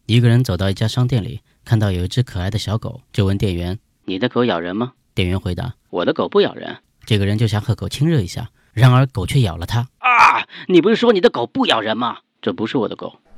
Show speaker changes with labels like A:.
A: 一个人走到一家商店里，看到有一只可爱的小狗，就问店员：
B: 你的狗咬人吗？
A: 店员回答：
B: 我的狗不咬人。
A: 这个人就想和狗亲热一下，然而狗却咬了他。
B: 啊！你不是说你的狗不咬人吗？这不是我的狗。